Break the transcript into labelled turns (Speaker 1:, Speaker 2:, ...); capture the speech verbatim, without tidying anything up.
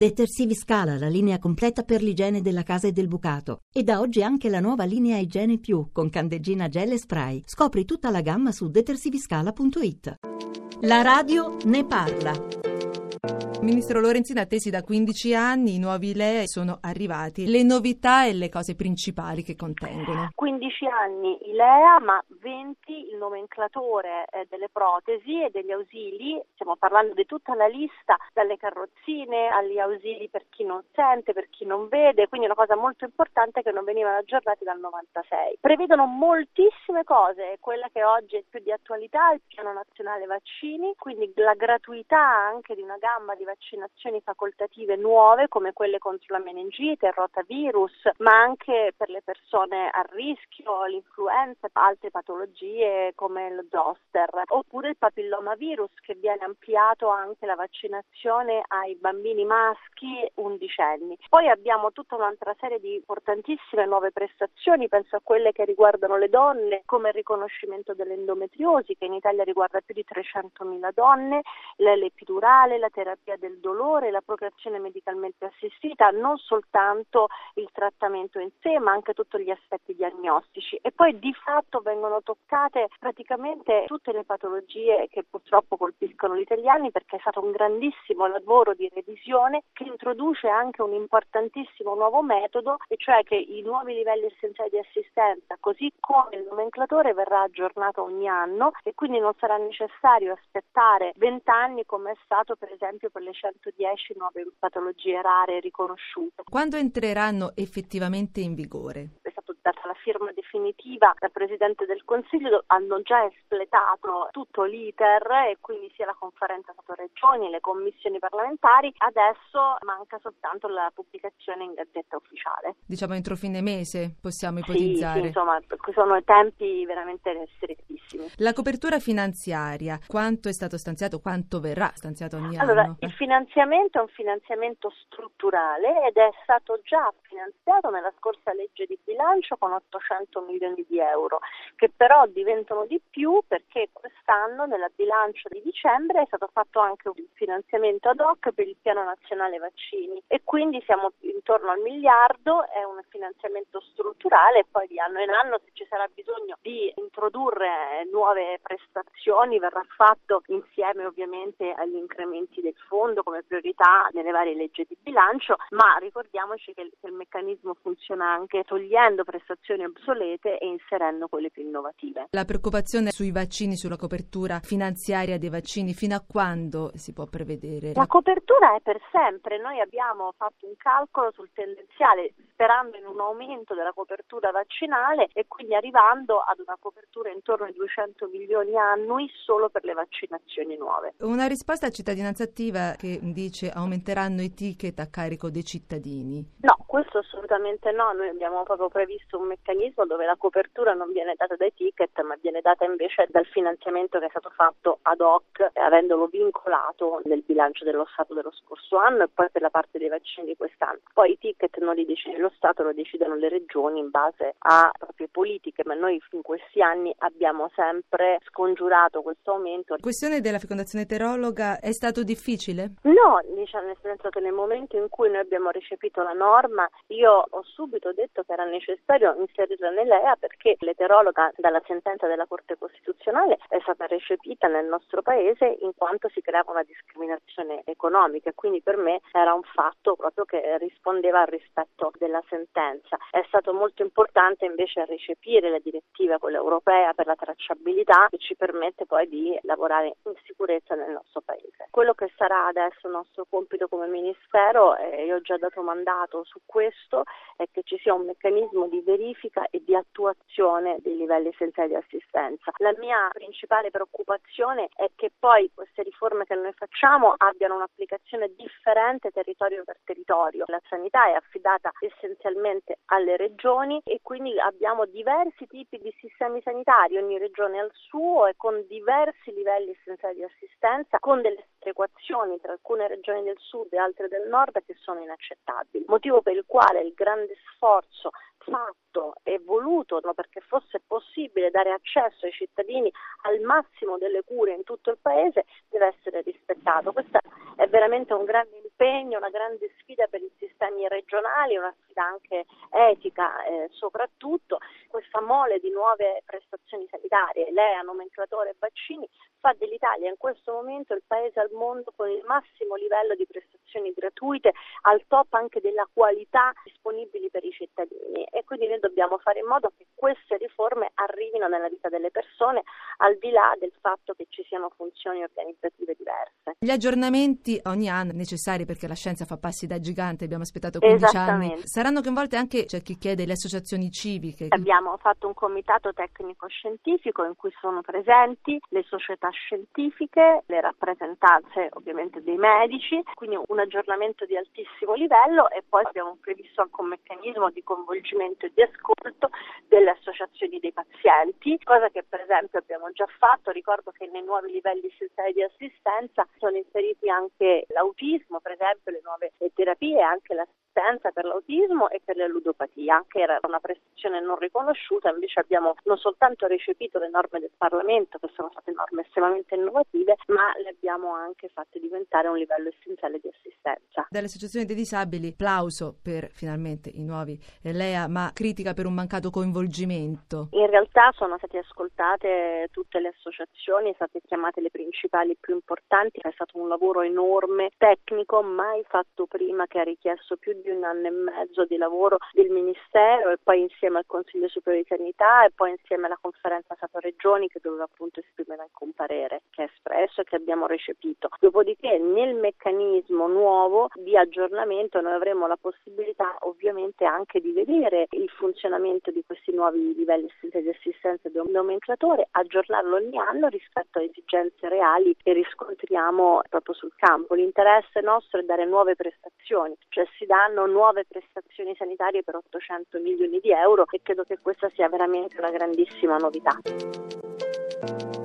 Speaker 1: Detersivi Scala, la linea completa per l'igiene della casa e del bucato. E da oggi anche la nuova linea Igiene Più, con candeggina gel e spray. Scopri tutta la gamma su detersiviscala punto it. La radio ne parla.
Speaker 2: Ministro Lorenzin, attesi da quindici anni, i nuovi L E A sono arrivati. Le novità e le cose principali che contengono.
Speaker 3: quindici anni i L E A, ma venti il nomenclatore eh, delle protesi e degli ausili. Stiamo parlando di tutta la lista, dalle carrozzine agli ausili per chi non sente, per chi non vede, quindi una cosa molto importante che non venivano aggiornati dal novantasei. Prevedono moltissime cose, quella che oggi è più di attualità, il Piano Nazionale Vaccini, quindi la gratuità anche di una gamma di vaccinazioni facoltative nuove come quelle contro la meningite, il rotavirus, ma anche per le persone a rischio, l'influenza, altre patologie come lo zoster, oppure il papillomavirus, che viene ampliato anche la vaccinazione ai bambini maschi undicenni. Poi abbiamo tutta un'altra serie di importantissime nuove prestazioni, penso a quelle che riguardano le donne, come il riconoscimento dell'endometriosi, che in Italia riguarda più di trecentomila donne, l'epidurale, la terapia del dolore, la procreazione medicalmente assistita, non soltanto il trattamento in sé, ma anche tutti gli aspetti diagnostici. E poi di fatto vengono toccate praticamente tutte le patologie che purtroppo colpiscono gli italiani, perché è stato un grandissimo lavoro di revisione che introduce anche un importantissimo nuovo metodo, e cioè che i nuovi livelli essenziali di assistenza, così come il nomenclatore, verrà aggiornato ogni anno e quindi non sarà necessario aspettare vent'anni come è stato per esempio per le centodieci nuove patologie rare riconosciute.
Speaker 2: Quando entreranno effettivamente in vigore?
Speaker 3: È stata data la firma definitiva dal Presidente del Consiglio, hanno già espletato tutto l'iter e quindi sia la conferenza Stato-Regioni, le commissioni parlamentari, adesso manca soltanto la pubblicazione in Gazzetta Ufficiale.
Speaker 2: Diciamo entro fine mese possiamo
Speaker 3: Sì,
Speaker 2: ipotizzare.
Speaker 3: sì, insomma, sono tempi veramente strettissimi.
Speaker 2: La copertura finanziaria, quanto è stato stanziato, quanto verrà stanziato ogni
Speaker 3: allora,
Speaker 2: anno?
Speaker 3: Il finanziamento è un finanziamento strutturale ed è stato già finanziato nella scorsa legge di bilancio con ottocento milioni di euro, che però diventano di più perché quest'anno nella bilancio di dicembre è stato fatto anche un finanziamento ad hoc per il Piano Nazionale Vaccini e quindi siamo intorno al miliardo, è un finanziamento strutturale e poi di anno in anno, se ci sarà bisogno di introdurre nuove prestazioni, verrà fatto insieme ovviamente agli incrementi del fondo come priorità nelle varie leggi di bilancio, ma ricordiamoci che il, che il meccanismo funziona anche togliendo prestazioni obsolete e inserendo quelle più innovative.
Speaker 2: La preoccupazione sui vaccini, sulla copertura finanziaria dei vaccini, fino a quando si può prevedere?
Speaker 3: La copertura è per sempre, noi abbiamo fatto un calcolo sul tendenziale sperando in un aumento della copertura vaccinale e quindi arrivando ad una copertura intorno ai duecento milioni annui solo per le vaccinazioni nuove.
Speaker 2: Una risposta a Cittadinanza Attiva che dice aumenteranno i ticket a carico dei cittadini.
Speaker 3: No, questo assolutamente no, noi abbiamo proprio previsto un meccanismo dove la copertura non viene data dai ticket ma viene data invece dal finanziamento che è stato fatto ad hoc, avendolo vincolato nel bilancio dello Stato dello scorso anno e poi per la parte dei vaccini di quest'anno. Poi i ticket non li decide lo Stato, lo decidono le regioni in base a proprie politiche, ma noi in questi anni abbiamo sempre scongiurato questo aumento.
Speaker 2: La questione della fecondazione eterologa è stato difficile?
Speaker 3: No, diciamo nel senso che nel momento in cui noi abbiamo recepito la norma, io ho subito detto che era necessario inserirla nell'E A perché l'eterologa dalla sentenza della Corte Costituzionale è stata recepita nel nostro paese in quanto si creava una discriminazione economica e quindi per me era un fatto proprio che rispondeva al rispetto della sentenza. È stato molto importante invece recepire la direttiva quella europea per la tracciabilità che ci permette poi di lavorare in sicurezza nel nostro paese. Quello che sarà adesso il nostro compito come Ministero, e io ho già dato mandato su questo, è che ci sia un meccanismo di verifica e di attuazione dei livelli essenziali di assistenza. La mia principale preoccupazione è che poi queste riforme che noi facciamo abbiano un'applicazione differente territorio per territorio. La sanità è affidata essenzialmente alle regioni e quindi abbiamo diversi tipi di sistemi sanitari, ogni regione ha il suo e con diversi livelli essenziali di assistenza, con delle equazioni tra alcune regioni del sud e altre del nord che sono inaccettabili. Motivo per il quale il grande sforzo fatto e voluto, no, perché fosse possibile dare accesso ai cittadini al massimo delle cure in tutto il paese, deve essere rispettato. Questo è veramente un grande impegno, una grande sfida per i sistemi regionali, una sfida anche etica eh, soprattutto. Questa mole di nuove prestazioni sanitarie, L E A, nomenclatore e vaccini, fa dell'Italia in questo momento il paese al mondo con il massimo livello di prestazioni gratuite, al top anche della qualità disponibili per i cittadini, e quindi noi dobbiamo fare in modo che queste riforme arrivino nella vita delle persone, al di là del fatto che ci siano funzioni organizzative diverse.
Speaker 2: Gli aggiornamenti ogni anno necessari, perché la scienza fa passi da gigante, abbiamo aspettato quindici anni. Saranno coinvolte anche, c'è chi chiede, le associazioni civiche.
Speaker 3: Abbiamo fatto un comitato tecnico-scientifico in cui sono presenti le società scientifiche, le rappresentanze ovviamente dei medici, quindi un aggiornamento di altissimo livello, e poi abbiamo previsto anche un meccanismo di coinvolgimento e di ascolto delle associazioni dei pazienti, cosa che per esempio abbiamo già fatto. Ricordo che nei nuovi livelli essenziali di assistenza sono inseriti anche l'autismo, per esempio le nuove terapie, anche l'assistenza per l'autismo e per la ludopatia, che era una prestazione non riconosciuta. Invece abbiamo non soltanto recepito le norme del Parlamento, che sono state norme estremamente innovative, ma le abbiamo anche fatte diventare un livello essenziale di assistenza.
Speaker 2: Dalle associazioni dei disabili, plauso per finalmente i nuovi L E A, ma critica per un mancato coinvolgimento.
Speaker 3: In realtà sono state ascoltate tutte le associazioni, sono state chiamate le principali più importanti, è stato un lavoro enorme, tecnico, mai fatto prima, che ha richiesto più di un anno e mezzo di lavoro del Ministero, e poi insieme al Consiglio Superiore di Sanità, e poi insieme alla Conferenza Stato-Regioni, che doveva appunto esprimere anche un parere che è espresso e che abbiamo recepito. Dopodiché nel meccanismo nuovo di aggiornamento noi avremo la possibilità ovviamente anche di vedere il funzionamento di questi nuovi livelli di assistenza del nomenclatore, aggiornarlo ogni anno rispetto a esigenze reali che riscontriamo proprio sul campo. L'interesse nostro è dare nuove prestazioni, cioè si danno nuove prestazioni sanitarie per ottocento milioni di euro, e credo che questa sia veramente una grandissima novità.